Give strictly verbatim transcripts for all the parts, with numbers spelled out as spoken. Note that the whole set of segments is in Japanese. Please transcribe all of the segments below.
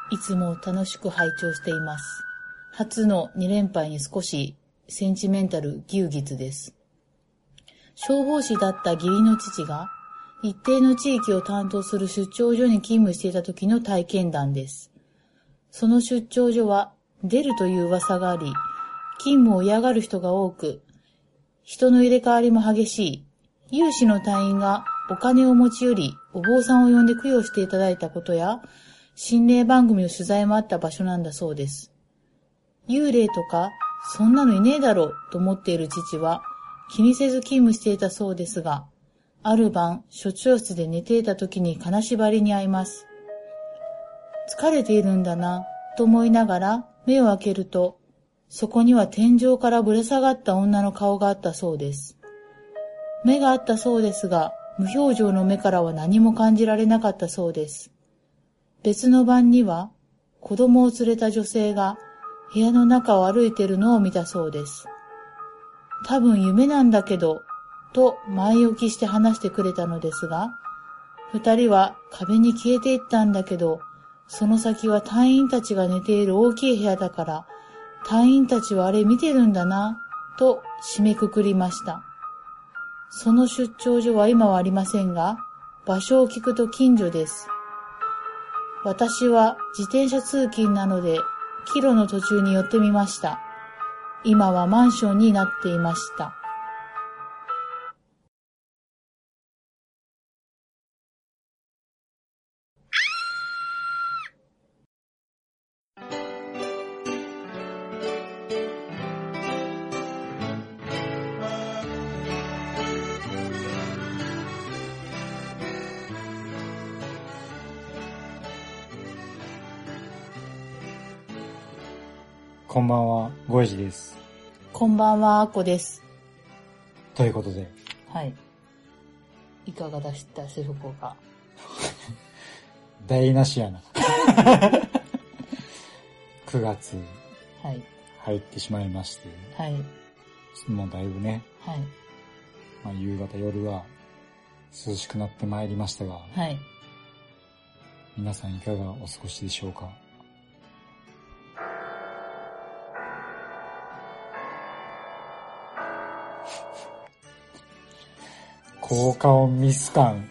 いつも楽しく拝聴しています。初のに連敗に少しセンチメンタル牛月です。消防士だった義理の父が一定の地域を担当する出張所に勤務していた時の体験談です。その出張所は出るという噂があり、勤務を嫌がる人が多く、人の入れ替わりも激しい。有志の隊員がお金を持ち寄り、お坊さんを呼んで供養していただいたことや、心霊番組の取材もあった場所なんだそうです。幽霊とか、そんなのいねえだろうと思っている父は、気にせず勤務していたそうですが、ある晩、所長室で寝ていた時に金縛りに遭います。疲れているんだな、と思いながら目を開けると、そこには天井からぶら下がった女の顔があったそうです。目があったそうですが、無表情の目からは何も感じられなかったそうです。別の晩には、子供を連れた女性が部屋の中を歩いているのを見たそうです。多分夢なんだけど、と前置きして話してくれたのですが、二人は壁に消えていったんだけど、その先は隊員たちが寝ている大きい部屋だから、隊員たちはあれ見てるんだな、と締めくくりました。その出張所は今はありませんが、場所を聞くと近所です。私は自転車通勤なので、帰路の途中に寄ってみました。今はマンションになっていました。 こんばんは、ごえじです。 こんばんは、あこです。 ということで。 はい。いかがでしたでしょうか。 台無しやな。くがつ、 はい。 入ってしまいまして。 はい。 もうだいぶね。 はい。 まあ、夕方、夜は涼しくなってまいりましたが。 はい。 皆さんいかがお過ごしでしょうか。効果音ミス感。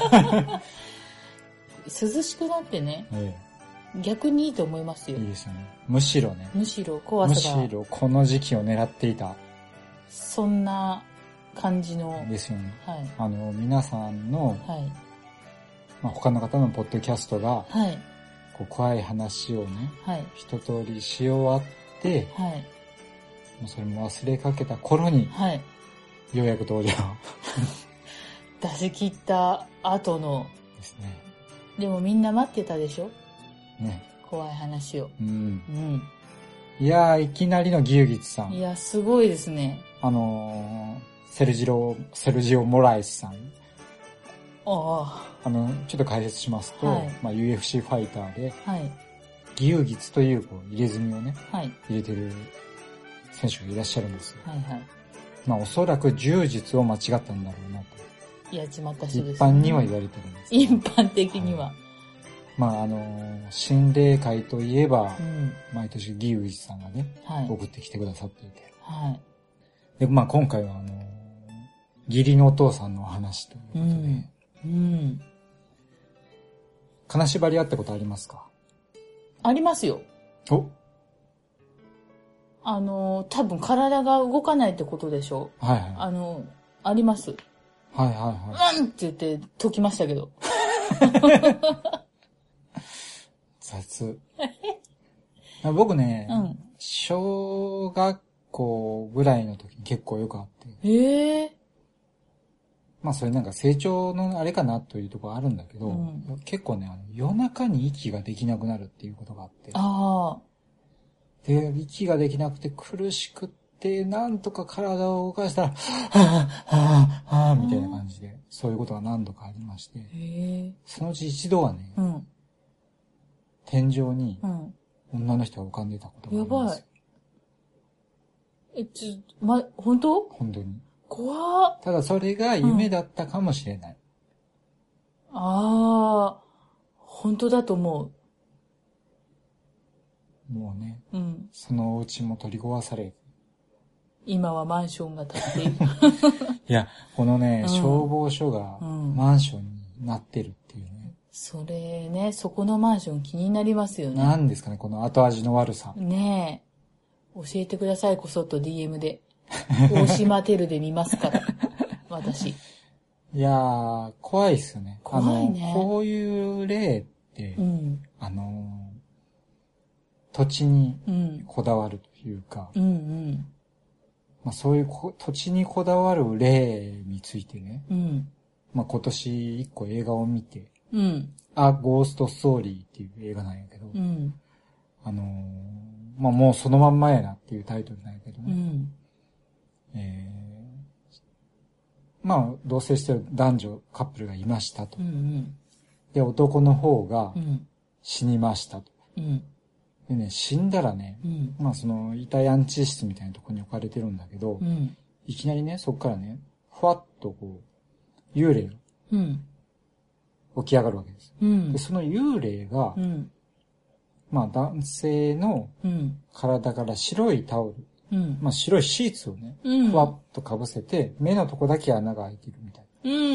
涼しくなってね、 ええ、逆にいいと思いますよ。 いいですよね。むしろね。 むしろ怖さが。 むしろこの時期を狙っていた。 そんな感じの。 ですよね。 はい。 あの、皆さんの、 はい。 まあ、他の方のポッドキャストが、 はい。 こう怖い話をね、 はい。 一通りし終わって、 はい。 もうそれも忘れかけた頃に、 はい。 ようやく登場。 出し切った後の。 ですね。 でもみんな待ってたでしょ？ ね。 怖い話を。 うん。うん。 いやー、いきなりのギュウギツさん。 いや、すごいですね。 あのー、セルジロ、セルジオ・モラエスさん。 ああ。 あの、ちょっと解説しますと、はい、まあ ユーエフシー ファイターで、はい。ギュウギツというこう入れ墨をね、はい。入れてる選手がいらっしゃるんですよ。はいはい。まあおそらく柔術を間違ったんだろうなと。 やっちまった人ですね。一般には言われてるんです。 一般的には。はい、 まああの、心霊界といえば、うん、毎年ギウイさんがね、はい、送ってきてくださっていて。はい。で、まあ今回はあの、義理のお父さんのお話ということで、うん。うん、金縛りあったことありますか？ ありますよ。 おあの、多分体が動かないってことでしょ？はいはい。あの、あります。 はいはいはい。 うんって言って解きましたけど。 雑。僕ね、うん、小学校ぐらいの時に結構よくあって。へえ。まあそれなんか成長のあれかなというところあるんだけど、うん、結構ね、あの夜中に息ができなくなるっていうことがあって。ああ。で、息ができなくて苦しくって、なんとか体を動かしたら、はぁ、はぁ、はぁ、みたいな感じで、そういうことが何度かありまして。へそのうち一度はね、うん、天井に女の人が浮かんでたことがあります。やばい。え、ちょ、ま、本当？本当に。怖っ。ただそれが夢だったかもしれない。うん、ああ、本当だと思う。 もうね、 うん、 そのお家も取り壊され、 今はマンションが建っている。 いや、このね、うん、消防署がマンションになってるっていうね。うん、 それね、そこのマンション気になりますよね。 何ですかね、この後味の悪さ。 ねえ。教えてください、こそっと ディーエム で。大島テルで見ますから、私。 いやー、怖いっすよね。 怖いね。 あの、こういう例って、うん、あの、土地にこだわるというか、うんうん、まあ、そういう土地にこだわる例についてね、うん、まあ、今年一個映画を見て、うん、あ、ゴーストストーリーっていう映画なんやけど、うん、あのー、まあ、もうそのまんまやなっていうタイトルなんやけどね、うん、えー、まあ、同棲してる男女カップルがいましたと。うんうん、で、男の方が死にましたと。うん、でね、死んだらね、うん、まあその遺体安置室みたいなところに置かれてるんだけど、うん、いきなりね、そこからね、ふわっとこう、幽霊が起き上がるわけです。うん、でその幽霊が、うん、まあ男性の体から白いタオル、うん、まあ白いシーツをね、うん、ふわっとかぶせて、目のとこだけ穴が開いてるみたいな。うんうん、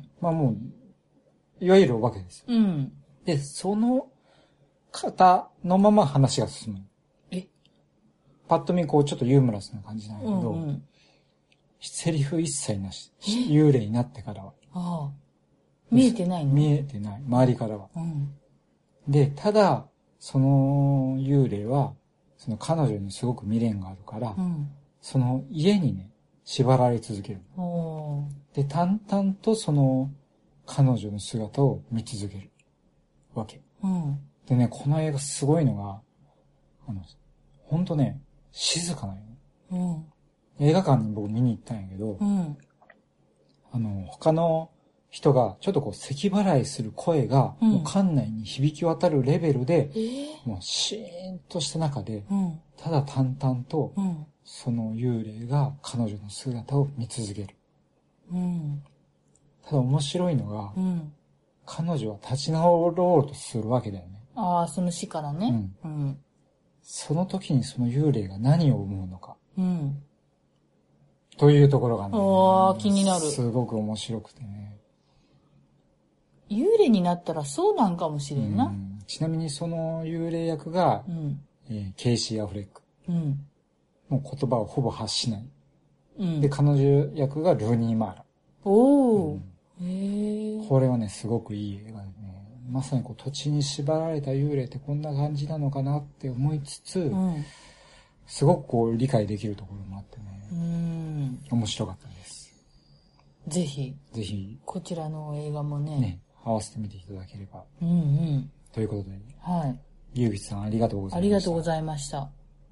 まあもう、いわゆるお化けですよ。うん、で、その方のまま話が進む。えパッと見こうちょっとユーモラスな感じなんやけど、うんうん、セリフ一切なし。幽霊になってからは。ああ見えてないの？ 見えてない。周りからは。うん、で、ただ、その幽霊は、その彼女にすごく未練があるから、うん、その家にね、縛られ続ける。で、淡々とその彼女の姿を見続けるわけ。うん、でね、この映画すごいのが、あの、ほんとね、静かなよね。うん、映画館に僕見に行ったんやけど、うん、あの、他の人がちょっとこう咳払いする声が、うん、もう館内に響き渡るレベルで、えー、もうシーンとした中で、うん、ただ淡々と、うん、その幽霊が彼女の姿を見続ける。うん、ただ面白いのが、うん、彼女は立ち直ろうとするわけだよね。 ああ、その死からね。うん。うん、 その時にその幽霊が何を思うのか。うん。というところがね。 ああ、気になる。 すごく面白くてね。 幽霊になったらそうなんかもしれんな。うん、 ちなみにその幽霊役が、うんえー、ケイシー・アフレック。うん。もう言葉をほぼ発しない。うん。で、彼女役がルーニー・マーラ。おー。うん、へー。これはね、すごくいい映画でね。まさにこう土地に縛られた幽霊ってこんな感じなのかなって思いつつ、うん、すごくこう理解できるところもあってね、うん、面白かったです。 ぜひ、 ぜひ、 こちらの映画もね、ね合わせてみていただければ。うんうん、ということで、はい。ゆうぎさんありがとうございました。 ありがとうございました。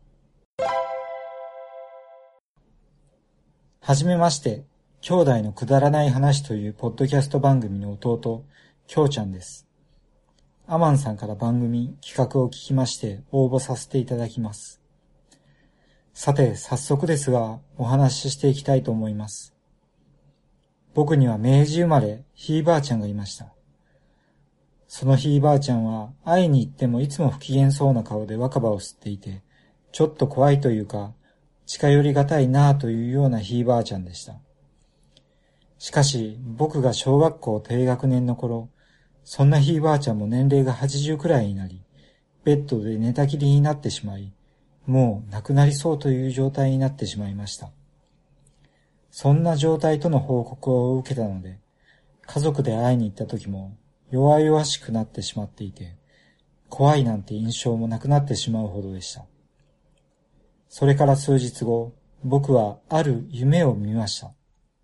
はじめまして、兄弟のくだらない話というポッドキャスト番組の弟、きょうちゃんです。アマンさんから番組企画を聞きまして応募させていただきます。さて早速ですがお話ししていきたいと思います。僕には明治生まれひいばあちゃんがいました。そのひいばあちゃんは会いに行ってもいつも不機嫌そうな顔で若葉を吸っていて、ちょっと怖いというか近寄りがたいなぁというようなひいばあちゃんでした。しかし僕が小学校低学年の頃、そんなひいばあちゃんも年齢がはちじゅうくらいになり、ベッドで寝たきりになってしまい、もう亡くなりそうという状態になってしまいました。そんな状態との報告を受けたので、家族で会いに行った時も弱々しくなってしまっていて、怖いなんて印象もなくなってしまうほどでした。それから数日後、僕はある夢を見ました。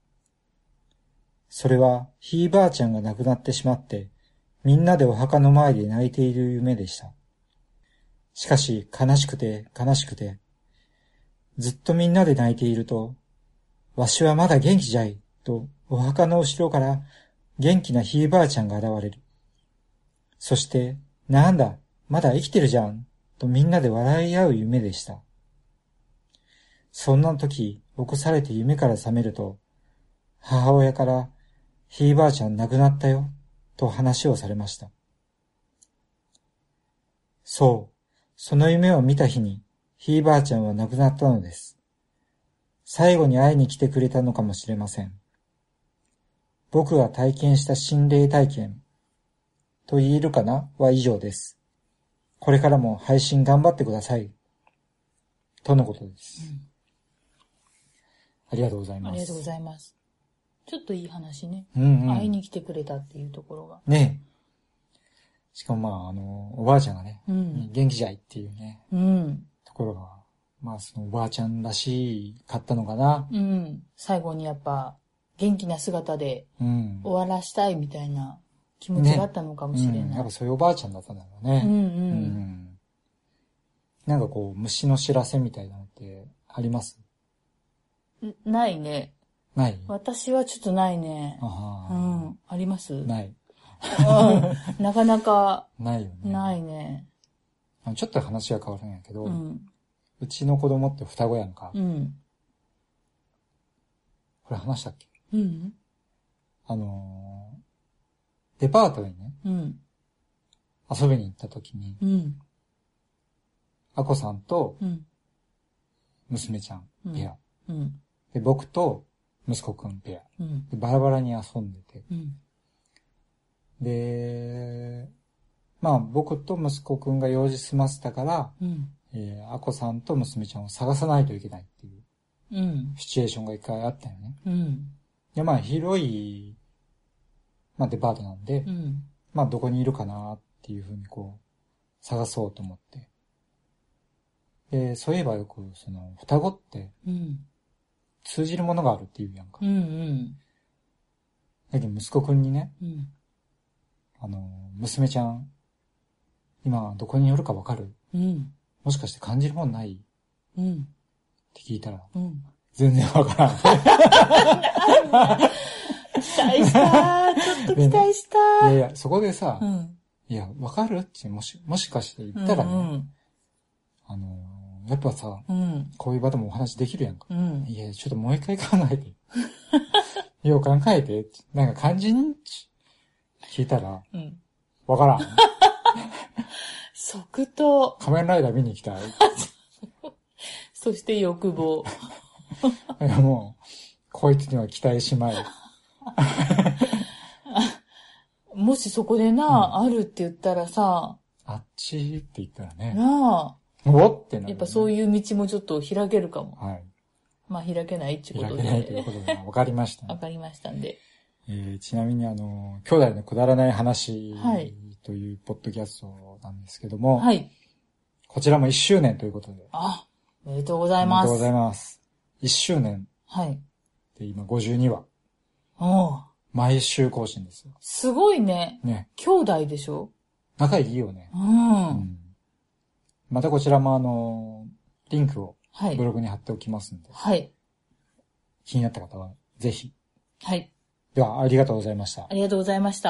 それはひいばあちゃんが亡くなってしまって、みんなでお墓の前で泣いている夢でした。しかし悲しくて悲しくて、ずっとみんなで泣いていると、わしはまだ元気じゃい、とお墓の後ろから元気なひいばあちゃんが現れる。そして、なんだ、まだ生きてるじゃん、とみんなで笑い合う夢でした。そんな時、起こされて夢から覚めると、母親からひいばあちゃん亡くなったよ、と話をされました。そう、 その夢を見た日に、ひいばあちゃんは亡くなったのです。最後に会いに来てくれたのかもしれません。僕が体験した心霊体験と言えるかなは以上です。これからも配信頑張ってください。とのことです。うん、ありがとうございます。 ありがとうございます。ちょっといい話ね。 うんうん、 会いに来てくれたっていうところが。 ねえ。しかもまあ、あの、おばあちゃんがね、うん、元気じゃいっていうね、うん、ところが、まあそのおばあちゃんらしかったのかな。 うん。最後にやっぱ、元気な姿で終わらしたいみたいな気持ちがあったのかもしれない。ね、 うん、やっぱそういうおばあちゃんだったんだろうね。うんうん。うん、なんかこう、虫の知らせみたいなのってあります？ ないね。 ない？ 私はちょっとないね。あ、うん。あります？ ない。 なかなか。 ないよね。 ないね。 ちょっと話が変わるんやけど、うん、うちの子供って双子やんか。うん、これ話したっけ？うん、あのー、デパートにね、うん、遊びに行った時に、うん、あこさんと娘ちゃんペア、うんうん、で僕と息子くんペア、うん、でバラバラに遊んでて、うん、で、まあ僕と息子くんが用事済ませたから、うん、えー、あこさんと娘ちゃんを探さないといけないっていう、うん、シチュエーションが一回あったよね。うん、でまあ広い、まあ、デパートなんで、うん、まあどこにいるかなっていうふうにこう探そうと思って。で、そういえばよくその双子って、通じるものがあるっていうやんか。うんうん、だけど息子くんにね、うん、あの、娘ちゃん、今どこにおるかわかる？うん、もしかして感じるもんない？うん、って聞いたら、うん、全然わからん。 期待した。ちょっと期待した。 ね、いやいや、そこでさ、うん、いや、わかるってもし、もしかして言ったらね、うんうん、あのー、やっぱさ、うん、こういう場でもお話できるやんか。うん、いや、ちょっともう一回考えて。よう考えて。なんか漢字に聞いたら、うん、わからん。 即答。 仮面ライダー見に行きたい。 そして欲望。 いやもう、こいつには期待しまい。 もしそこでな、うん、あるって言ったらさ、 あっちって言ったらね。 なあ。 おってなる、ね。 やっぱそういう道もちょっと開けるかも。はい。まあ開けないってことで。 開けないということで、分かりました、 ね。分かりましたんで。 えー、ちなみにあの、兄弟のくだらない話というポッドキャストなんですけども、はい。こちらもいっしゅうねんということで。 あ、おめでとうございます。 おめでとうございます。いっしゅうねん。はい。で、今ごじゅうにわ。おう。毎週更新ですよ。 すごいね。ね。兄弟でしょ？ 仲いいよね。うん。うん、またこちらもあの、リンクをブログに貼っておきますので。はい。気になった方はぜひ。はい。では、ありがとうございました。 ありがとうございました。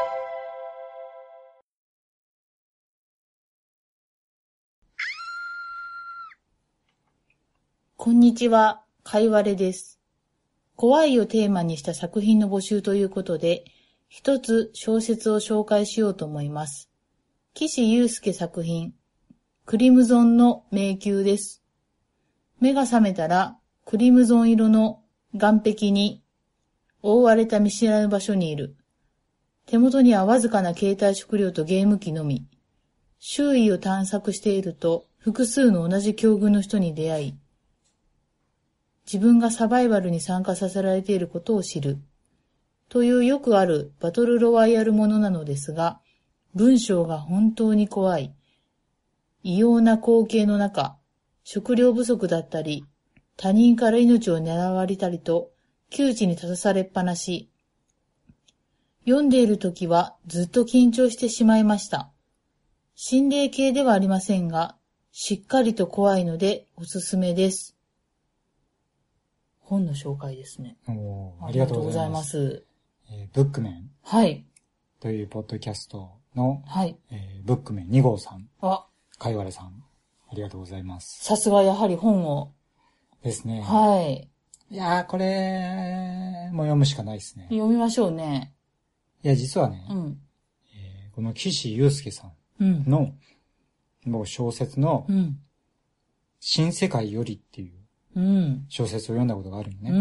こんにちは、かいわれです。怖いをテーマにした作品の募集ということで、一つ小説を紹介しようと思います。岸優介作品、クリムゾンの迷宮です。目が覚めたら、クリムゾン色の岩壁に覆われた見知らぬ場所にいる。手元にはわずかな携帯食料とゲーム機のみ。周囲を探索していると、複数の同じ境遇の人に出会い、自分がサバイバルに参加させられていることを知る。というよくあるバトルロワイヤルものなのですが、文章が本当に怖い。異様な光景の中、食料不足だったり、他人から命を狙われたりと、窮地に立たされっぱなし。読んでいるときはずっと緊張してしまいました。心霊系ではありませんが、しっかりと怖いのでおすすめです。本の紹介ですね。 おありがとうございます。えー、ブックメン。はい。というポッドキャストの、はい。えー、ブックメンに号さん。あ。かいわれさん。ありがとうございます。 さすがやはり本を。 ですね。 はい。 いやー、これ、もう読むしかないですね。 読みましょうね。 いや、実はね、うん。えー、この岸優介さんの、うん、 僕小説の、新世界よりっていう小説を読んだことがあるよね。 うんうん、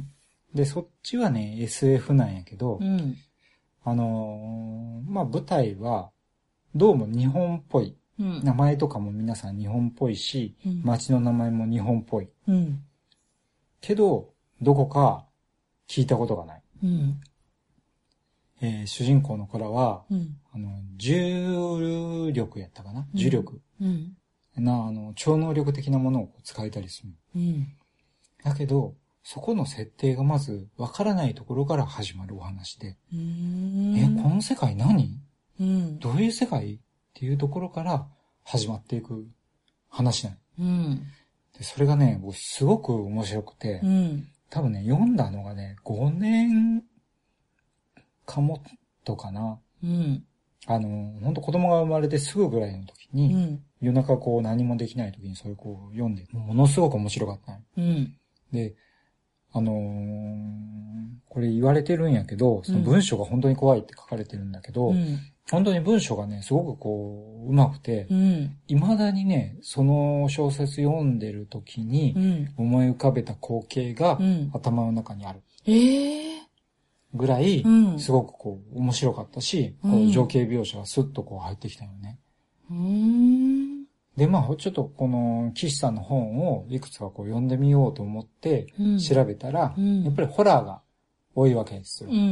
で、そっちはね、エスエフ なんやけど、 うん、 あのー、まあ、舞台は、どうも日本っぽい。うん、名前とかも皆さん日本っぽいし、うん、街の名前も日本っぽい。うん、けど、どこか聞いたことがない。うんえー、主人公の子らは、うん、あの、重力やったかな、うん、重力。うん、な、あの、超能力的なものを使えたりする。うん、だけど、そこの設定がまずわからないところから始まるお話で、うーんえ、この世界何、うん、どういう世界っていうところから始まっていく話なの。うん、でそれがね、僕すごく面白くて、うん、多分ね、読んだのがね、ごねんかもとかな。うん、あの、本当子供が生まれてすぐぐらいの時に、うん、夜中こう何もできない時にそれこう読んで、ものすごく面白かったの。うん、で、あのー、これ言われてるんやけど、その文章が本当に怖いって書かれてるんだけど、うん、本当に文章がね、すごくこう、上手くて、うん、未だにね、その小説読んでる時に思い浮かべた光景が頭の中にある。うん、えーぐらい、すごくこう、面白かったし、うん、こう情景描写がスッとこう入ってきたよね。うーんで、まあ、ちょっとこの、岸さんの本をいくつかこう読んでみようと思って調べたら、うん、やっぱりホラーが多いわけですよ。うんうん、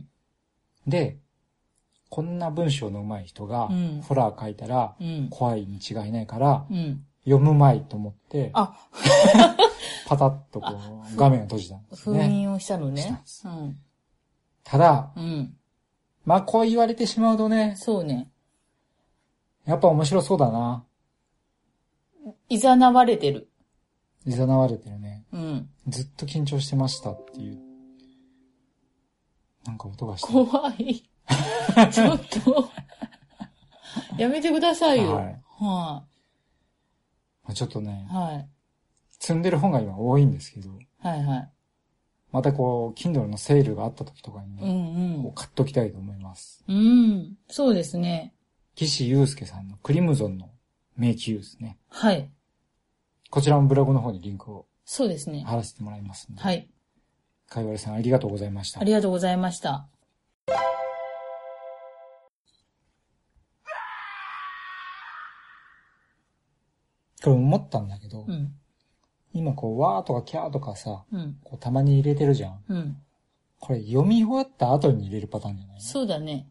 で、こんな文章の上手い人が、ホラー書いたら、怖いに違いないから、うん、読むまいと思って、あパタッとこう、画面を閉じたんですね。封印をしたのね。したんです。うんただ、うん。まあ、こう言われてしまうとね。そうね。やっぱ面白そうだな。いざなわれてる。いざなわれてるね。うん。ずっと緊張してましたっていう。なんか音がしてる。怖い。ちょっと。やめてくださいよ。はい。はい、あ。ちょっとね。はい。積んでる本が今多いんですけど。はいはい。またこう、Kindle のセールがあった時とかにね、うんうん、こう買っときたいと思います。うん、そうですね。岸優介さんのクリムゾンの迷宮ですね。はい。こちらもブログの方にリンクを。そうですね。貼らせてもらいますので。はい。かいわれさんありがとうございました。ありがとうございました。これ思ったんだけど、うん、今こう、わーとかキャーとかさ、うん、こうたまに入れてるじゃん。うん。これ読み終わった後に入れるパターンじゃない？そうだね。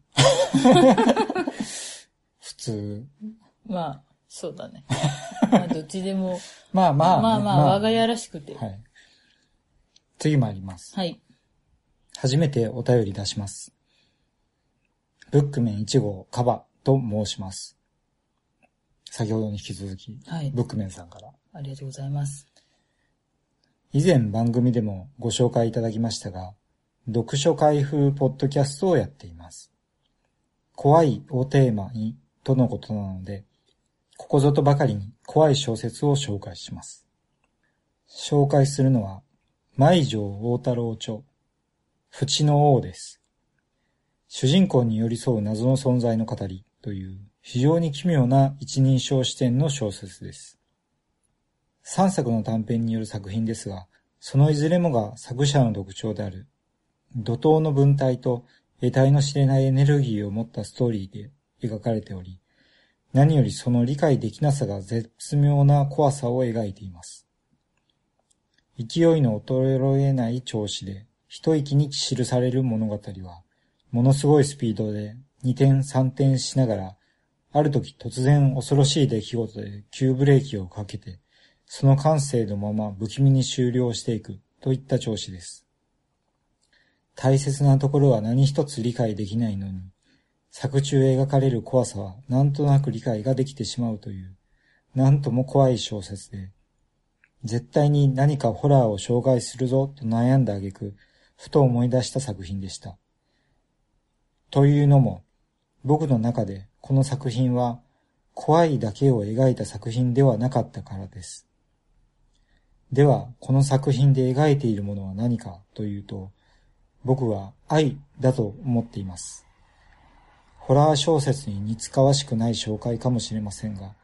普通。まあ、そうだね。まあ、どっちでも。まあまあ、ね。まあまあ、まあ、我が家らしくて。はい。次参ります。はい。初めてお便り出します。ブックメンいち号カバと申します。先ほどに引き続き、はい、ブックメンさんから。ありがとうございます。以前番組でもご紹介いただきましたが、読書会風ポッドキャストをやっています。怖いをテーマにとのことなので、ここぞとばかりに怖い小説を紹介します。紹介するのは、舞城大太郎著、淵の王です。主人公に寄り添う謎の存在の語りという非常に奇妙な一人称視点の小説です。三作の短編による作品ですが、そのいずれもが作者の特徴である怒涛の文体と得体の知れないエネルギーを持ったストーリーで描かれており、何よりその理解できなさが絶妙な怖さを描いています。勢いの衰えない調子で一息に記される物語は、ものすごいスピードで二転三転しながら、ある時突然恐ろしい出来事で急ブレーキをかけて、その感性のまま不気味に終了していくといった調子です。大切なところは何一つ理解できないのに、作中描かれる怖さはなんとなく理解ができてしまうという、なんとも怖い小説で、絶対に何かホラーを紹介するぞと悩んだ挙句、ふと思い出した作品でした。というのも、僕の中でこの作品は怖いだけを描いた作品ではなかったからです。では、この作品で描いているものは何かというと、僕は愛だと思っています。ホラー小説に似つかわしくない紹介かもしれませんが、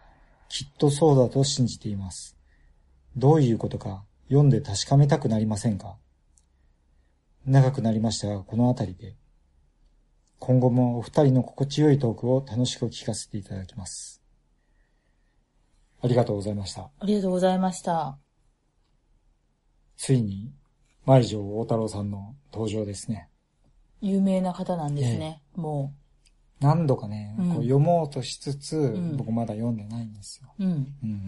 きっとそうだと信じています。どういうことか読んで確かめたくなりませんか？長くなりましたが、このあたりで。今後もお二人の心地よいトークを楽しく聞かせていただきます。ありがとうございました。 ありがとうございました。 ついに、舞城大太郎さんの登場ですね。 有名な方なんですね、ええ、もう。何度かね、うん、こう読もうとしつつ、うん、僕まだ読んでないんですよ。 うん。うんうんうん。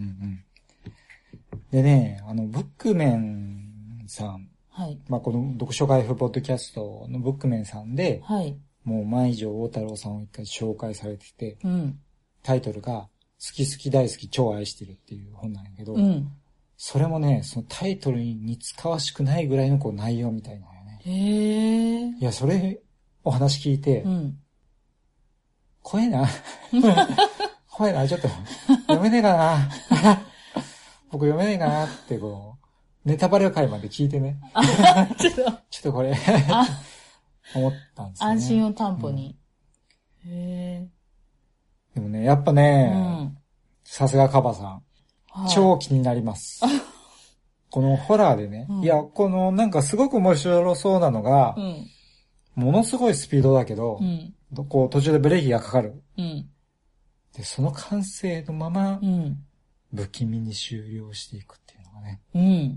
でね、あの、ブックメンさん。 はい。 まあ、この読書開封ポッドキャストのブックメンさんで、 はい。 もう舞城大太郎さんを一回紹介されてて、 うん。 タイトルが、好き好き大好き超愛してるっていう本なんやけど、 うん。 それもね、そのタイトルに似つかわしくないぐらいのこう内容みたいなんよね。 へー。 いや、それ、お話聞いて、 うん。 怖いな。怖いな、ちょっと、読めねえかな。僕読めねえかなってこう、ネタバレ回まで聞いてね。ちょっと、ちょっとこれ、思ったんですよね。 安心を担保に。うん、へー。でもね、やっぱね、さすがカバさん、はい、超気になります。このホラーでね、うん、いや、このなんかすごく面白そうなのが、うん、ものすごいスピードだけど、うん、こう途中でブレーキがかかる。うん、で、その完成のまま、うん、不気味に終了していくっていうのがね。うん、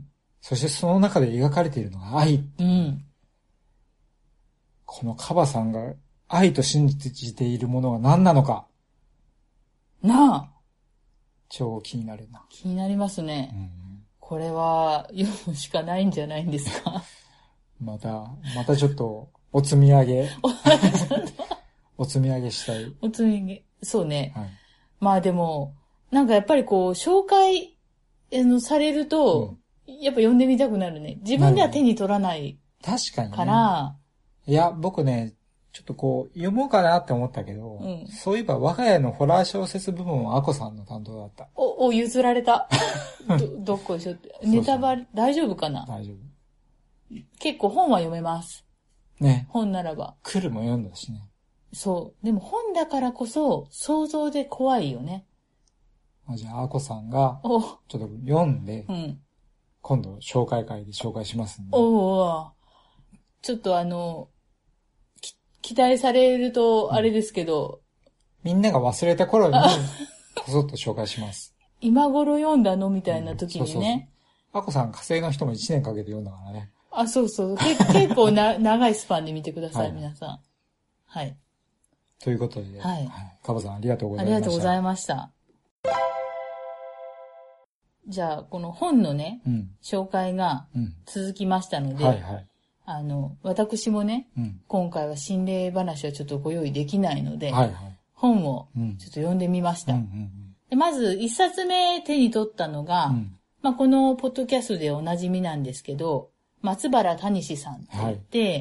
そしてその中で描かれているのが愛。うん、このカバさんが愛と信じているものは何なのか。 なあ。 超気になるな。 気になりますね。うん、これは読むしかないんじゃないんですか。 また、またちょっとお積み上げ。お積み上げしたい。 お積み上げ。そうね。はい、まあでも、なんかやっぱりこう、紹介のされると、うん、やっぱ読んでみたくなるね。自分では手に取らないから。確かに、ね。から、 いや、僕ね、ちょっとこう、読もうかなって思ったけど、うん、そういえば我が家のホラー小説部分はアコさんの担当だった。 お、お、譲られた。ど、どっこいしょって。ネタバレ、大丈夫かな？ 大丈夫。 結構本は読めます。 ね。 本ならば。 来るも読んだしね。 そう。でも本だからこそ、想像で怖いよね。 あ、じゃあ、アコさんが、ちょっと読んで、うん、今度紹介会で紹介しますんで。 おお。ちょっとあの、期待されるとあれですけど、 うん、みんなが忘れた頃にこそっと紹介します。 今頃読んだのみたいな時にね。うん、そうそうそう。 アコさん火星の人もいちねんかけて読んだからね。 あ、そうそう。け結構な長いスパンで見てください、はい、皆さん。はい。 ということで、はい。はい、カバさんありがとうございました。ありがとうございました。じゃあ、この本のね、うん、紹介が続きましたので、うん、はいはい。あの、私もね、うん、今回は心霊話はちょっとご用意できないので、はいはい、本をちょっと読んでみました。うんうんうん、でまず一冊目手に取ったのが、うん、まあ、このポッドキャストでおなじみなんですけど、松原谷志さんって言って、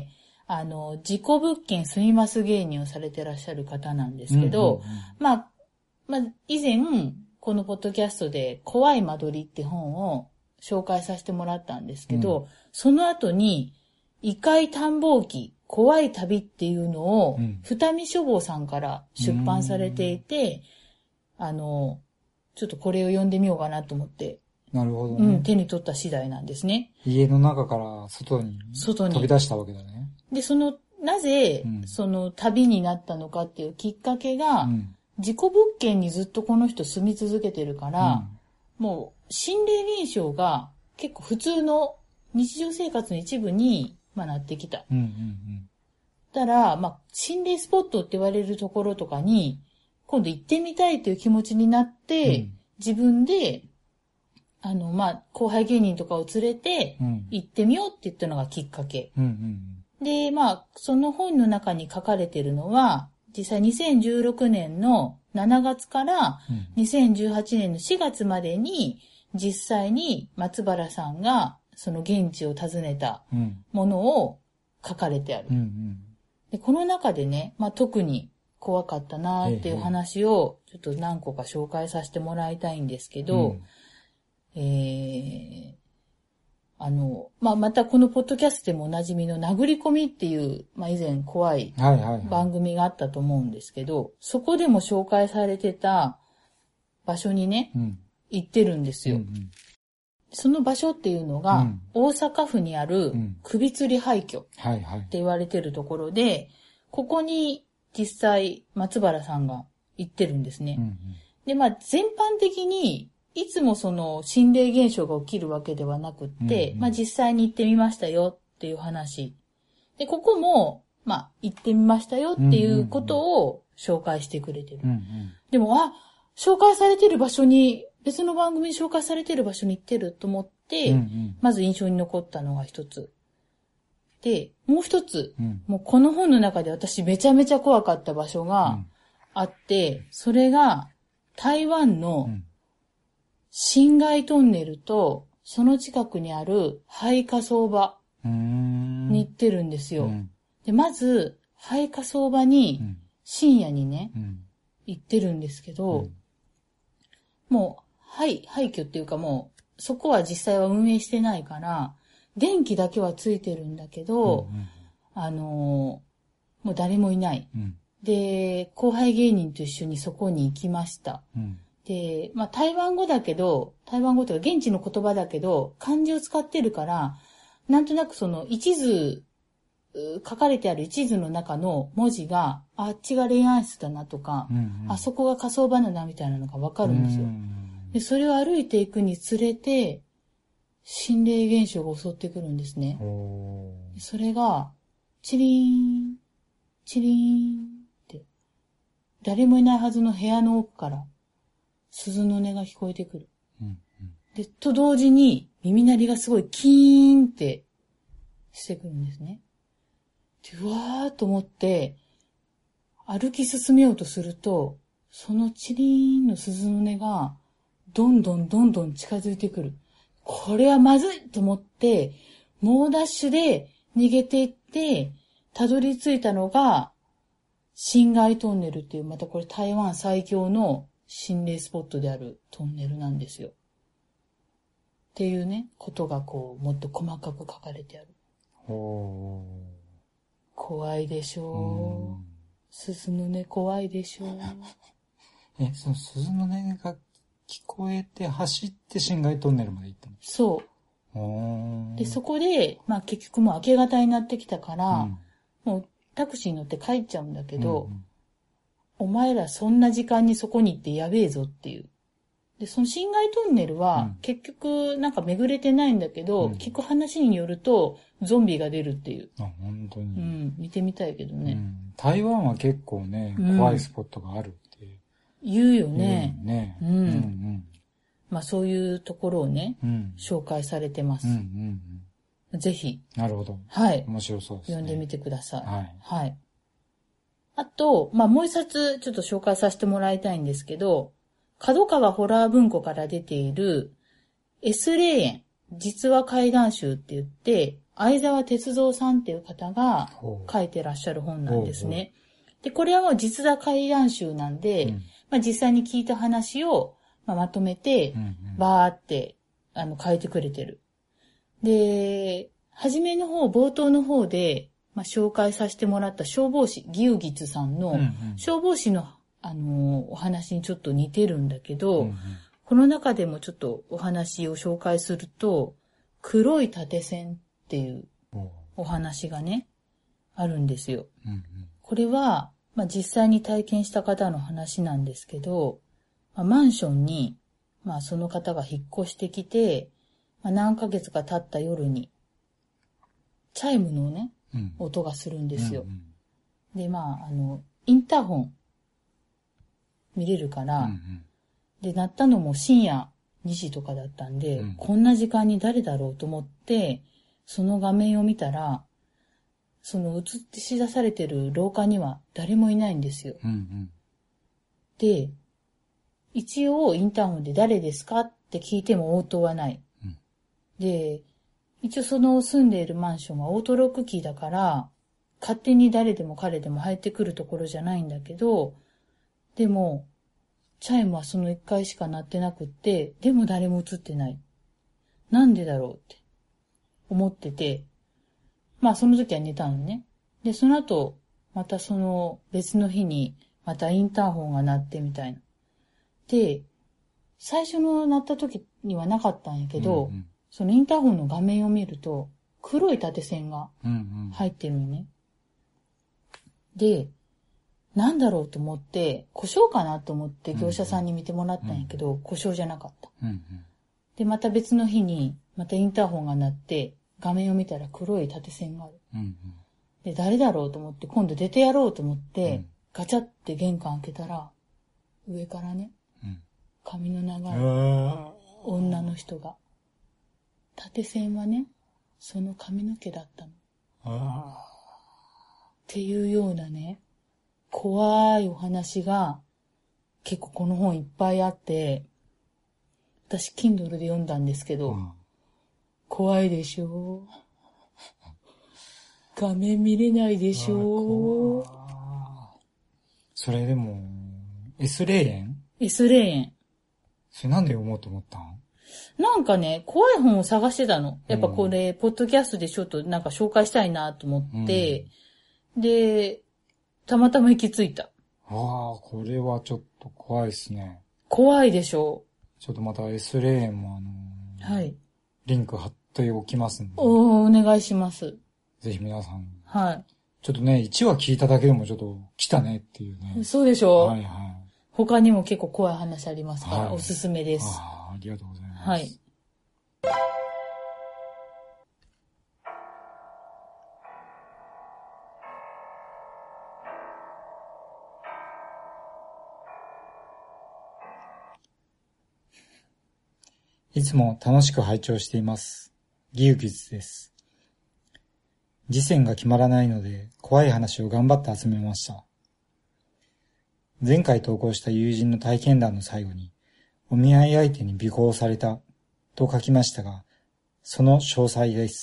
はい、あの、事故物件住みます芸人をされてらっしゃる方なんですけど、うんうんうん、まあ、まあ、以前、このポッドキャストで怖い間取りって本を紹介させてもらったんですけど、うん、その後に、異界探訪記、怖い旅っていうのを、うん、二見書房さんから出版されていて、あの、ちょっとこれを読んでみようかなと思って、 なるほどね。 うん、手に取った次第なんですね。 家の中から外に外に飛び出したわけだね。 で、その、なぜ、うん、その旅になったのかっていうきっかけが、うん、事故物件にずっとこの人住み続けてるから、うん、もう心霊現象が結構普通の日常生活の一部に、まあ、なってきた。うんうんうん、だから、まあ、心霊スポットって言われるところとかに、今度行ってみたいという気持ちになって、うん、自分で、あの、まあ、後輩芸人とかを連れて、行ってみようって言ったのがきっかけ。うんうんうん、で、まあ、その本の中に書かれてるのは、実際にせんじゅうろくねんのしちがつからにせんじゅうはちねんのしがつまでに、実際に松原さんがその現地を訪ねたものを書かれてある。うんうん、でこの中でね、まあ、特に怖かったなーっていう話をちょっと何個か紹介させてもらいたいんですけど、うん、えー、あの、まあ、またこのポッドキャストでもおなじみの殴り込みっていう、まあ、以前怖い番組があったと思うんですけど、はいはいはい、そこでも紹介されてた、 場所にね、 うん、 行ってるんですよ。うんうん、その場所っていうのが、うん、大阪府にある首吊り廃墟って言われてるところで、はいはい、ここに実際松原さんが行ってるんですね。うんうん、で、まあ全般的にいつもその心霊現象が起きるわけではなくって、うんうん、まあ実際に行ってみましたよっていう話。で、ここも、まあ行ってみましたよっていうことを紹介してくれてる。うんうん、でも、あ、紹介されてる場所に、別の番組に紹介されてる場所に行ってると思って、うんうん、まず印象に残ったのが一つ。で、もう一つ、うん、もうこの本の中で私めちゃめちゃ怖かった場所があって、うん、それが台湾の辛亥トンネルとその近くにある廃火葬場に行ってるんですよ。うん、で、まず廃火葬場に深夜にね、うん、行ってるんですけど、うん、もう廃、廃墟っていうかもうそこは実際は運営してないから、電気だけはついてるんだけど、うんうん、あのー、もう誰もいない、うん。で、後輩芸人と一緒にそこに行きました。うん、で、まあ台湾語だけど、台湾語というか現地の言葉だけど、漢字を使ってるから、なんとなくその一図、書かれてある一図の中の文字が、あっちが恋愛室だなとか、うんうん、あそこが火葬場だなみたいなのがわかるんですよ。で、それを歩いていくにつれて、心霊現象が襲ってくるんですね。それが、チリーン、チリーンって、誰もいないはずの部屋の奥から、鈴の音が聞こえてくる。うんうん、で、と同時に、耳鳴りがすごいキーンってしてくるんですね。で、うわーっと思って、歩き進めようとすると、そのチリーンの鈴の音が、どんどんどんどん近づいてくる。これはまずいと思って、猛ダッシュで逃げていって、たどり着いたのが、辛亥トンネルっていう、またこれ台湾最強の心霊スポットであるトンネルなんですよ。っていうね、ことがこう、もっと細かく書かれてある。ほー。怖いでしょう。鈴の音怖いでしょう。 え、その鈴の音が聞こえて走って辛亥トンネルまで行ったの？ そう。で、そこで、まあ結局もう明け方になってきたから、うん、もうタクシーに乗って帰っちゃうんだけど、うんうん、お前らそんな時間にそこに行ってやべえぞっていう。で、その辛亥トンネルは、結局なんか巡れてないんだけど、うん、聞く話によると、ゾンビが出るっていう。 あ、本当に。 うん、見てみたいけどね。うん、 台湾は結構ね、怖いスポットがあるって。 言うよね。 言うね。 うん。うんうん、まあそういうところをね、うん、紹介されてます。うんうんうん、ぜひ。 なるほど。 はい。 面白そうですね。 読んでみてください。 はい。 はい。あと、まあもう一冊ちょっと紹介させてもらいたいんですけど、角川ホラー文庫から出ている S 霊園実話怪談集って言って、相沢哲三さんっていう方が書いてらっしゃる本なんですね。で、これはもう実話怪談集なんで、うん、まあ実際に聞いた話を、まあ、まとめて、うんうん、バーってあの書いてくれてる。で、初めの方、冒頭の方で、まあ、紹介させてもらった消防士、ギウギツさんの消防士の、あのー、お話にちょっと似てるんだけど、うんうん、この中でもちょっとお話を紹介すると、黒い縦線っていうお話がね、あるんですよ。うんうん、これは、まあ、実際に体験した方の話なんですけど、まあ、マンションに、まあ、その方が引っ越してきて、まあ、何ヶ月か経った夜に、チャイムのね、うん、音がするんですよ。うんうん、で、まあ、あの、インターホン見れるから、うんうん、で、鳴ったのも深夜にじとかだったんで、うん、こんな時間に誰だろうと思って、その画面を見たら、その映し出されてる廊下には誰もいないんですよ。うんうん、で、一応インターホンで誰ですかって聞いても応答はない。うん、で、一応その住んでいるマンションはオートロックキーだから、勝手に誰でも彼でも入ってくるところじゃないんだけど、でも、チャイムはその一回しか鳴ってなくって、でも誰も映ってない。なんでだろうって思ってて、まあその時は寝たのね。で、その後、またその別の日に、またインターホンが鳴ってみたいな。で、 最初の鳴った時にはなかったんやけど、うんうん、そのインターホンの画面を見ると、黒い縦線が入ってるのね。うんうん、で、なんだろうと思って、故障かなと思って業者さんに見てもらったんやけど、うんうん、故障じゃなかった、うんうん。で、また別の日に、またインターホンが鳴って、画面を見たら黒い縦線がある。うんうん、で、誰だろうと思って、今度出てやろうと思って、うん、ガチャって玄関開けたら、上からね、うん、髪の長い女の人が。縦線はね、その髪の毛だったの。あっていうようなね、怖いお話が結構この本いっぱいあって、私 Kindle で読んだんですけど、うん、怖いでしょ画面見れないでしょそれでも、S 霊園 ?S 霊園。 それなんで読もうと思ったん？ なんかね、怖い本を探してたの。やっぱこれ、うん、ポッドキャストでちょっとなんか紹介したいなと思って、うん、で、たまたま行き着いた。 ああ、これはちょっと怖いですね。 怖いでしょ。 ちょっとまた S 霊園もあのー、はい。リンク貼っておきますんで。 お、お願いします。 ぜひ皆さん。 はい。 ちょっとね、いちわ聞いただけでもちょっと来たねっていうね。 そうでしょ？ はいはい。 他にも結構怖い話ありますから、はい、おすすめです。 ああ、ありがとうございます。 はい。 いつも楽しく拝聴しています。ギウギズです。次戦が決まらないので、怖い話を頑張って集めました。前回投稿した友人の体験談の最後に、お見合い相手に尾行されたと書きましたが、その詳細です。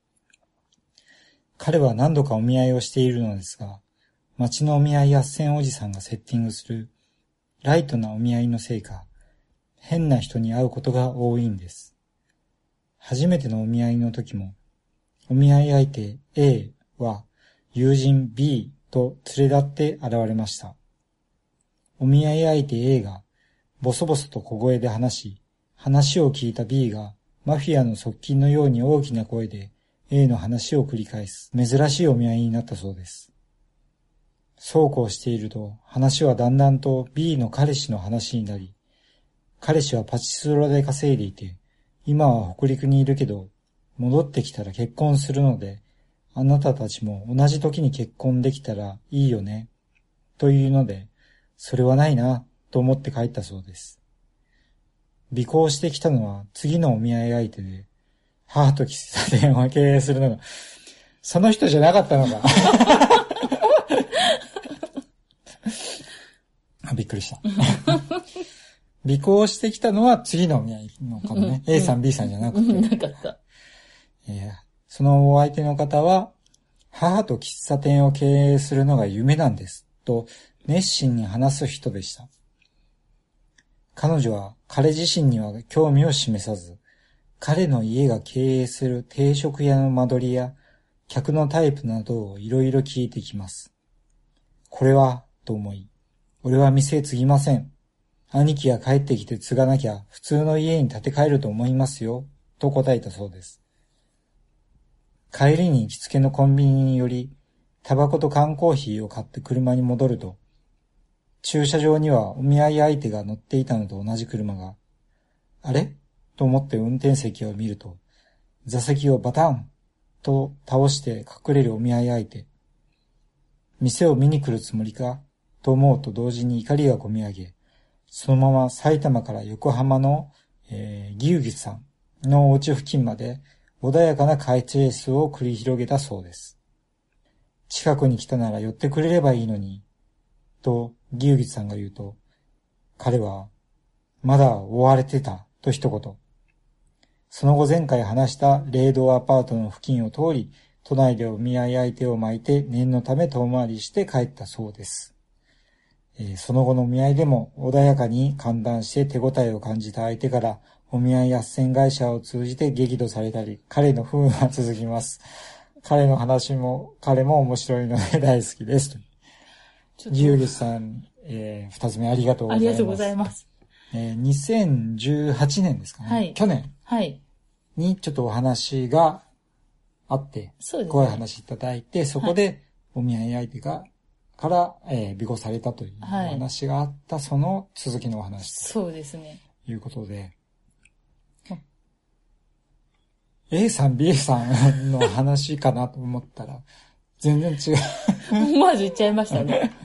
彼は何度かお見合いをしているのですが、町のお見合い斡旋おじさんがセッティングするライトなお見合いのせいか、変な人に会うことが多いんです。初めてのお見合いの時も、お見合い相手 A は友人 B と連れ立って現れました。お見合い相手 A がボソボソと小声で話し、話を聞いた B がマフィアの側近のように大きな声で A の話を繰り返す珍しいお見合いになったそうです。そうこうしていると話はだんだんと B の彼氏の話になり、彼氏はパチスロで稼いでいて、今は北陸にいるけど、戻ってきたら結婚するので、あなたたちも同じ時に結婚できたらいいよね、というので、それはないな、と思って帰ったそうです。尾行してきたのは次のお見合い相手で、母と喫茶店を経営するのが、その人じゃなかったのか。びっくりした。尾行してきたのは次のお見合いの方ね。うん、A さん、B さんじゃなくて。 なかった。 えー、そのお相手の方は、母と喫茶店を経営するのが夢なんです。と、熱心に話す人でした。彼女は彼自身には興味を示さず、彼の家が経営する定食屋の間取りや、客のタイプなどをいろいろ聞いてきます。これは、と思い、俺は店継ぎません。兄貴が帰ってきて継がなきゃ普通の家に建て替えると思いますよ、と答えたそうです。帰りに行きつけのコンビニにより、タバコと缶コーヒーを買って車に戻ると、駐車場にはお見合い相手が乗っていたのと同じ車が、あれと思って運転席を見ると、座席をバタンと倒して隠れるお見合い相手。店を見に来るつもりかと思うと同時に怒りがこみ上げ、そのまま埼玉から横浜の、えー、ギウギさんのお家付近まで穏やかなカイチレースを繰り広げたそうです。近くに来たなら寄ってくれればいいのに、とギウギさんが言うと、彼は、まだ追われてた、と一言。その後前回話した霊道アパートの付近を通り、都内でお見合い相手を巻いて念のため遠回りして帰ったそうです。えー、その後のお見合いでも穏やかに歓談して手応えを感じた相手からお見合い斡旋会社を通じて激怒されたり、彼の不運は続きます。彼の話も彼も面白いので大好きです。ギウギさん、えー、二つ目ありがとうございます。 ありがとうございます。 えー、にせんじゅうはちねんですかね。はい、去年。はい。にちょっとお話があって、そうですね。怖い話いただいて、そこでお見合い相手が、から、えー、尾行されたというお話があった、はい、その続きのお話と。 そうですね。 いうことで。A さん、B さんの話かなと思ったら、全然違う。 思わず言っちゃいましたね。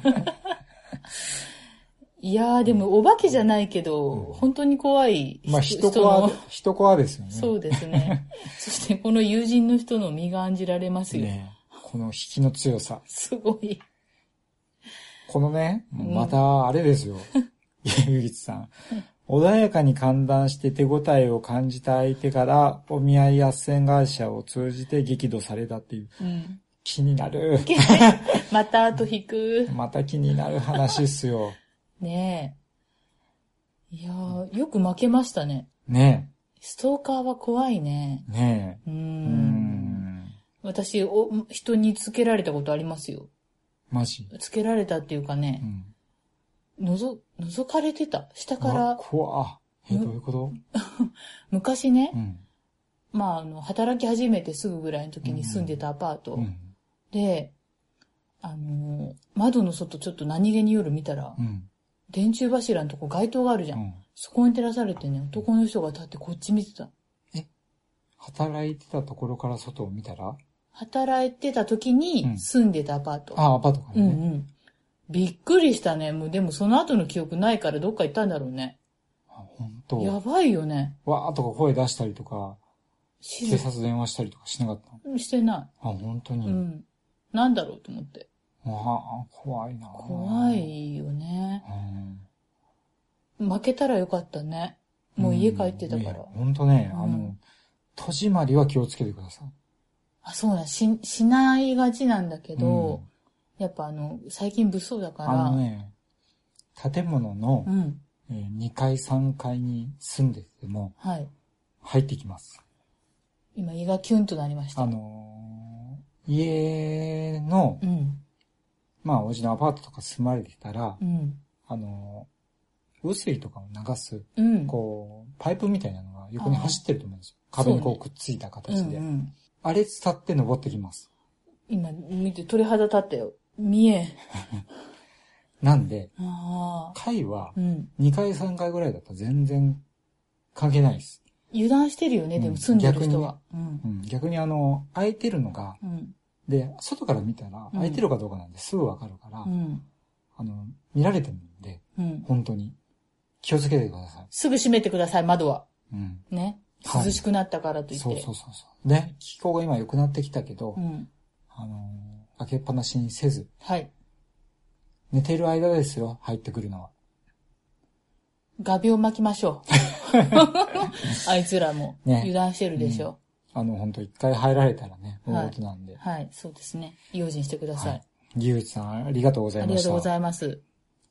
いやー、でもお化けじゃないけど、うん、本当に怖い人。まあ、人怖、人怖ですよね。 そうですね。そしてこの友人の人の身が案じられますよ。ね、 この引きの強さ。 すごい。 このね、また、あれですよ。ゆぎつさん。穏やかに歓談して手応えを感じた相手からお見合い斡旋会社を通じて激怒されたっていう。うん、気になる。 また後引く。 また気になる話っすよ。 ねえ。いやー、よく負けましたね。 ねえ。ストーカーは怖いね。 ねえ。うーん。 うん私お、人につけられたことありますよ。 マジ？ つけられたっていうかね。うんのぞ、覗かれてた。下から。 怖っ。え、どういうこと昔ね、うん、まあ、あの、働き始めてすぐぐらいの時に住んでたアパート。うん、で、あの、窓の外ちょっと何気に夜見たら、うん、電柱柱のとこ街灯があるじゃん。うん、そこに照らされてね、男の人が立ってこっち見てた。 え、働いてたところから外を見たら？ 働いてた時に住んでたアパート。 うん、あ、アパートからね。うんうん。 びっくりしたね。もうでもその後の記憶ないからどっか行ったんだろうね。 あ、本当。 やばいよね。 わーとか声出したりとか、警察電話したりとかしなかったの？ してない。 あ、本当に。 うん。なんだろうと思って。 ああ、怖いな。 怖いよね。うん、負けたらよかったね。もう家帰ってたから。 本当ね、うん、あの、戸締まりは気をつけてください。 あ、そうだ、し、しないがちなんだけど、うんやっぱあの、最近物騒だから。 あのね、建物の、うんえー、にかいさんがいに住んでても、はい。入ってきます。 今胃がキュンとなりました。 あのー、家の、うん、まあ、お家のアパートとか住まれてたら、うん、あのー、雨水とかを流す、うん、こう、パイプみたいなのが横に走ってると思うんですよ。壁にこうくっついた形で。ねうんうん、あれ伝って登ってきます。 今見て鳥肌立ったよ。見え。 なんで、階はにかいさんがいぐらいだったら全然関係ないです。 油断してるよね、うん、でも住んでる人は。 逆に、うん、逆にあの、空いてるのが、うん、で、外から見たら空いてるかどうかなんですぐわかるから、うん、あの、見られてるんで、うん、本当に気をつけてください。 すぐ閉めてください、窓は。うん、ね。涼しくなったからといって。 はい、そうそうそうそう。ね、気候が今良くなってきたけど、うん、あの、開けっぱなしにせず、はい。寝てる間ですよ、入ってくるのは。 画鋲巻きましょう。あいつらも、ね、油断してるでしょ。 うん、あの、ほんと一回入られたらね、大事なんで、 はい。はい、そうですね。用心してください。はい、 ぎゅうちさん、ありがとうございました。 ありがとうございます。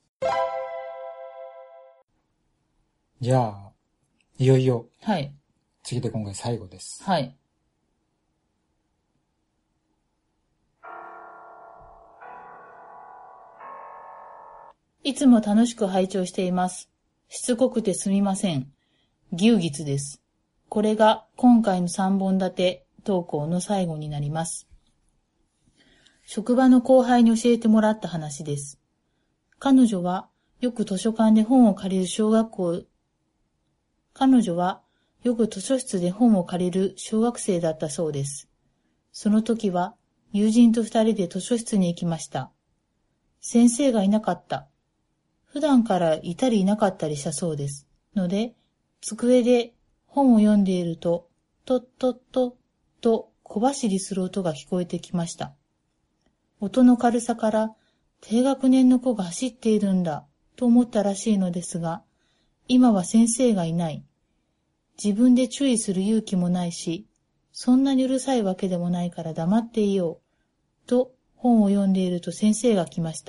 じゃあ、いよいよ。はい。次で今回最後です。はい。 いつも楽しく拝聴しています。しつこくてすみません。牛月です。これが今回のさんぼん立て投稿の最後になります。職場の後輩に教えてもらった話です。彼女はよく図書館で本を借りる小学校、彼女はよく図書室で本を借りる小学生だったそうです。その時は友人と二人で図書室に行きました。先生がいなかった。普段からいたりいなかったりしたそうです。ので、机で本を読んでいると、とっとっと、と小走りする音が聞こえてきました。音の軽さから、低学年の子が走っているんだ、と思ったらしいのですが、今は先生がいない。自分で注意する勇気もないし、そんなにうるさいわけでもないから黙っていよう、と本を読んでいると先生が来ました。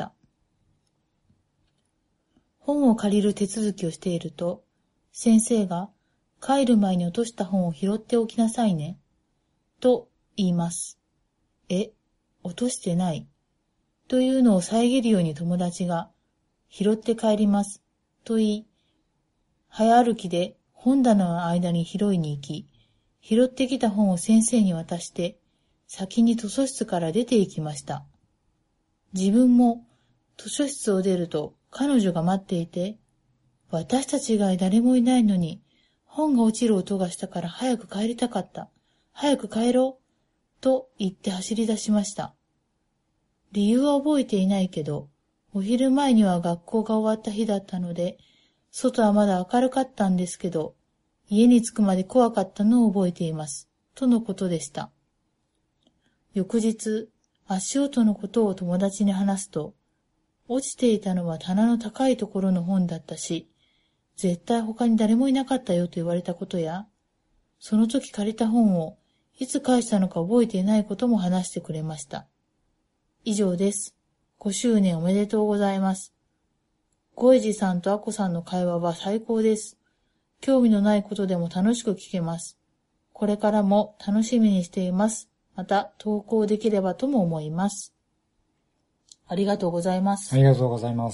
本を借りる手続きをしていると、先生が帰る前に落とした本を拾っておきなさいね、と言います。え、落としてない。というのを遮るように友達が、拾って帰ります、と言い、 早歩きで本棚の間に拾いに行き、拾ってきた本を先生に渡して、先に図書室から出て行きました。自分も図書室を出ると彼女が待っていて、私たち以外誰もいないのに、本が落ちる音がしたから早く帰りたかった。早く帰ろう。と言って走り出しました。理由は覚えていないけど、お昼前には学校が終わった日だったので、外はまだ明るかったんですけど、家に着くまで怖かったのを覚えています。とのことでした。翌日、足音のことを友達に話すと、落ちていたのは棚の高いところの本だったし、絶対他に誰もいなかったよと言われたことや、その時借りた本をいつ返したのか覚えていないことも話してくれました。以上です。ごしゅうねんおめでとうございます。ゴイジさんとアコさんの会話は最高です。興味のないことでも楽しく聞けます。これからも楽しみにしています。また投稿できればとも思います。ありがとうございます。 ありがとうございます。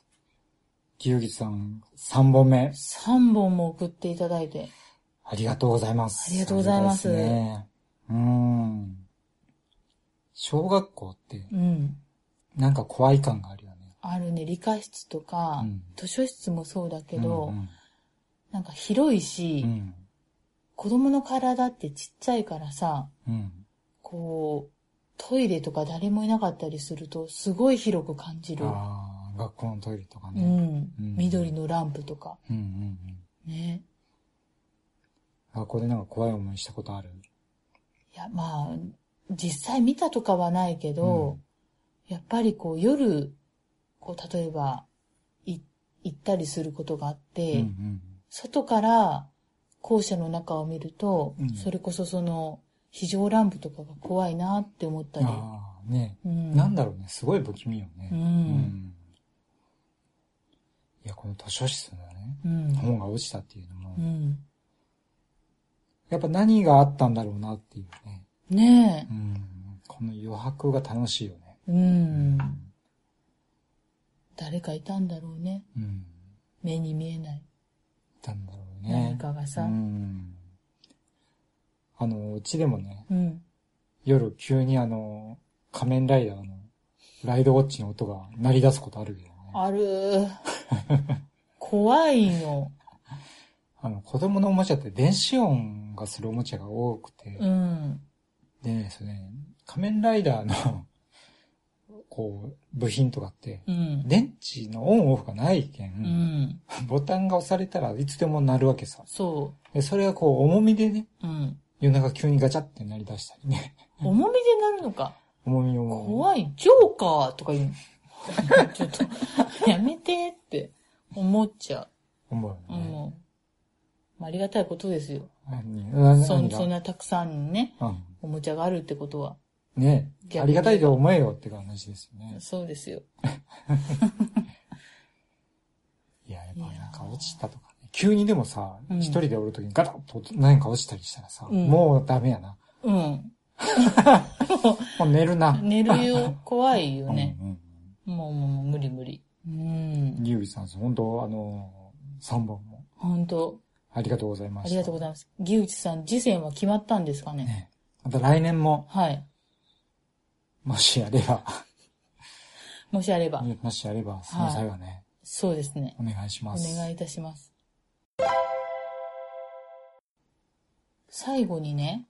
ぎゅうぎさん、さんぼんめ。 さんぼんも送っていただいて。 ありがとうございます。 ありがとうございます。 ね、うーん。小学校って、うん、なんか怖い感があるよね。 あるね。理科室とか、うん、図書室もそうだけど、うんうん、なんか広いし、うん、子供の体ってちっちゃいからさ、うん、こう、トイレとか誰もいなかったりすると、すごい広く感じる。 ああ、学校のトイレとかね。 うんうん、緑のランプとか。うんうんうん、ね。 学校でなんか怖い思いしたことある？ いや、まあ、実際見たとかはないけど、うん、やっぱりこう夜、こう例えばい行ったりすることがあって、うんうん、外から校舎の中を見ると、うん、それこそその非常ランプとかが怖いなって思ったり。 ああ、ね、うん、なんだろうね、すごい不気味よね。うんうん、いや、この図書室のね、うん、本が落ちたっていうのも、うん、やっぱ何があったんだろうなっていうね。 ねえ、うん。 この余白が楽しいよね。 うん。うん、誰かいたんだろうね。うん、目に見えない。いたんだろうね。 何かがさ。うん、 あの、うちでもね、うん、夜急にあの、仮面ライダーのライドウォッチの音が鳴り出すことあるよね。 ある。怖いの。 あの、子供のおもちゃって電子音がするおもちゃが多くて、うん、でね、それね、仮面ライダーのこう部品とかって、うん、電池のオンオフがないけん、うん、ボタンが押されたらいつでも鳴るわけさ。そう。でそれがこう重みでね、うん、夜中急にガチャって鳴り出したりね。 重みで鳴るのか。 重み重み。 怖い。ジョーカーとか言う。ちょっとやめてって思っちゃう。思うよね。思う。ありがたいことですよ。そ, そんなたくさんね、うん、おもちゃがあるってことは。 ねえ。ありがたいと思えよって話ですよね。 そうですよ。 いや、やっぱなんか落ちたとか、ね、急にでもさ、一、うん、人でおるときにガタッと何か落ちたりしたらさ、うん、もうダメやな。うん。もう寝るな。 寝るよ。怖いよね。うんうん、もうもう無理無理。 うん。ゆうびさん、本当あの、三本も。 本当ありがとうございます。 ありがとうございます。ぎうちさん、次戦は決まったんですかね。ね、 また来年も。はい。もしあれば。 もしあれば。 もしあれば、その際はね、はい。 そうですね。 お願いします。 お願いいたします。最後にね。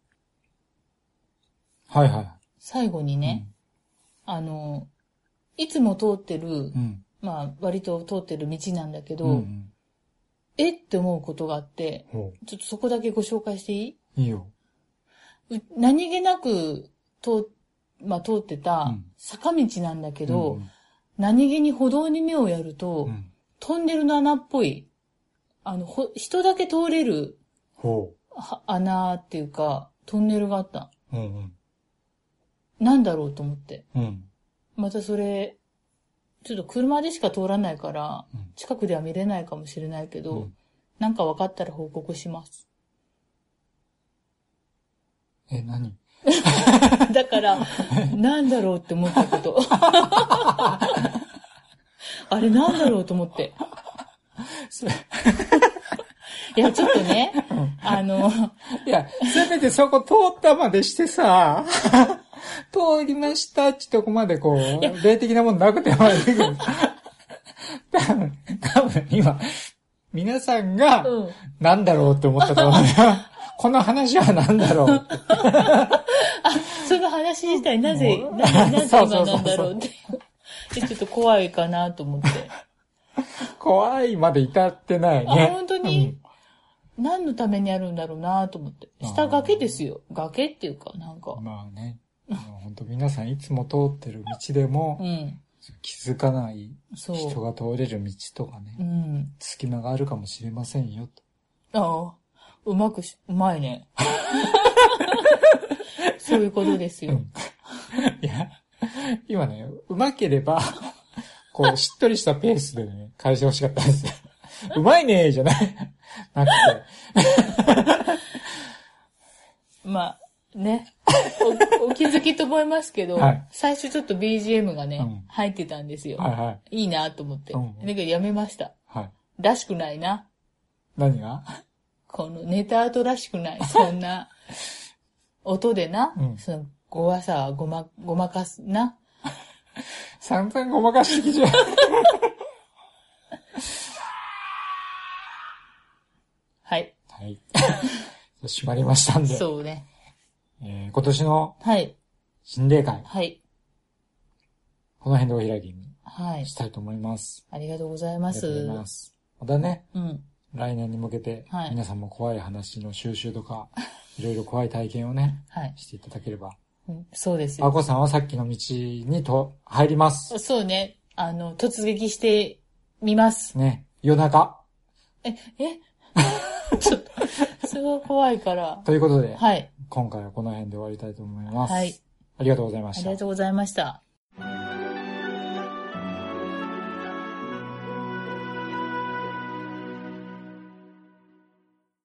はいはい。 最後にね、うん、あの、いつも通ってる、うん、まあ、割と通ってる道なんだけど、うんうん、えって思うことがあって、ちょっとそこだけご紹介していい？ いいよ。 何気なく通、まあ、通ってた坂道なんだけど、うん、何気に歩道に目をやると、うん、トンネルの穴っぽい、あの、ほ人だけ通れる穴っていうか、トンネルがあった。うんうん、なんだろうと思って。うん、またそれ、ちょっと車でしか通らないから、近くでは見れないかもしれないけど、うん、なんか分かったら報告します。 え、何？ だから、なんだろうって思ったこと。あれなんだろうと思って。 それいや、ちょっとね、うん、あの、 いや、せめてそこ通ったまでしてさ、通りましたってとこまでこう、霊的なものなくてもいいけど、多分、多分今、皆さんが、なんだろうって思ったと思うよ。この話はなんだろうって。 あ、その話自体なぜ、なぜ、なぜ今なんだろうって。ちょっと怖いかなと思って。 怖いまで至ってないね。 あ、本当に、うん、何のためにあるんだろうなと思って。下崖ですよ。崖っていうか、なんか。 まあね。本当皆さんいつも通ってる道でも、うん、気づかない人が通れる道とかね、うん、隙間があるかもしれませんよと。 ああ、うまくし、うまいね。そういうことですよ。うん、 いや、今ね、うまければ、こう、しっとりしたペースでね、返してほしかったんですよ。うまいねーじゃない。なくて。 まあ、ねお。お気づきと思いますけど、はい、最初ちょっと ビージーエム がね、うん、入ってたんですよ。はいはい、いいなと思って。うん、だけどやめました。はい、らしくないな。 何が？ このネタアートらしくない。そんな、音でな、うん、その、ごわさ、ごま、ごまかすな。 散々ごまかしてきじゃん。 はい。 はい。閉まりましたんで。 そうね。 えー、今年の、はい。心霊会。はい。この辺でお開きに。はい。したいと思います。 ありがとうございます。 ありがとうございます。またね。うん。来年に向けて、はい。皆さんも怖い話の収集とか、いろいろ怖い体験をね。はい。していただければ。 うん、そうですよ。 あこさんはさっきの道にと、入ります。 そうね。あの、突撃してみます。 ね。夜中。 え、えちょっと、すごい怖いから。 ということで、はい。今回はこの辺で終わりたいと思います。はい。ありがとうございました。 ありがとうございました。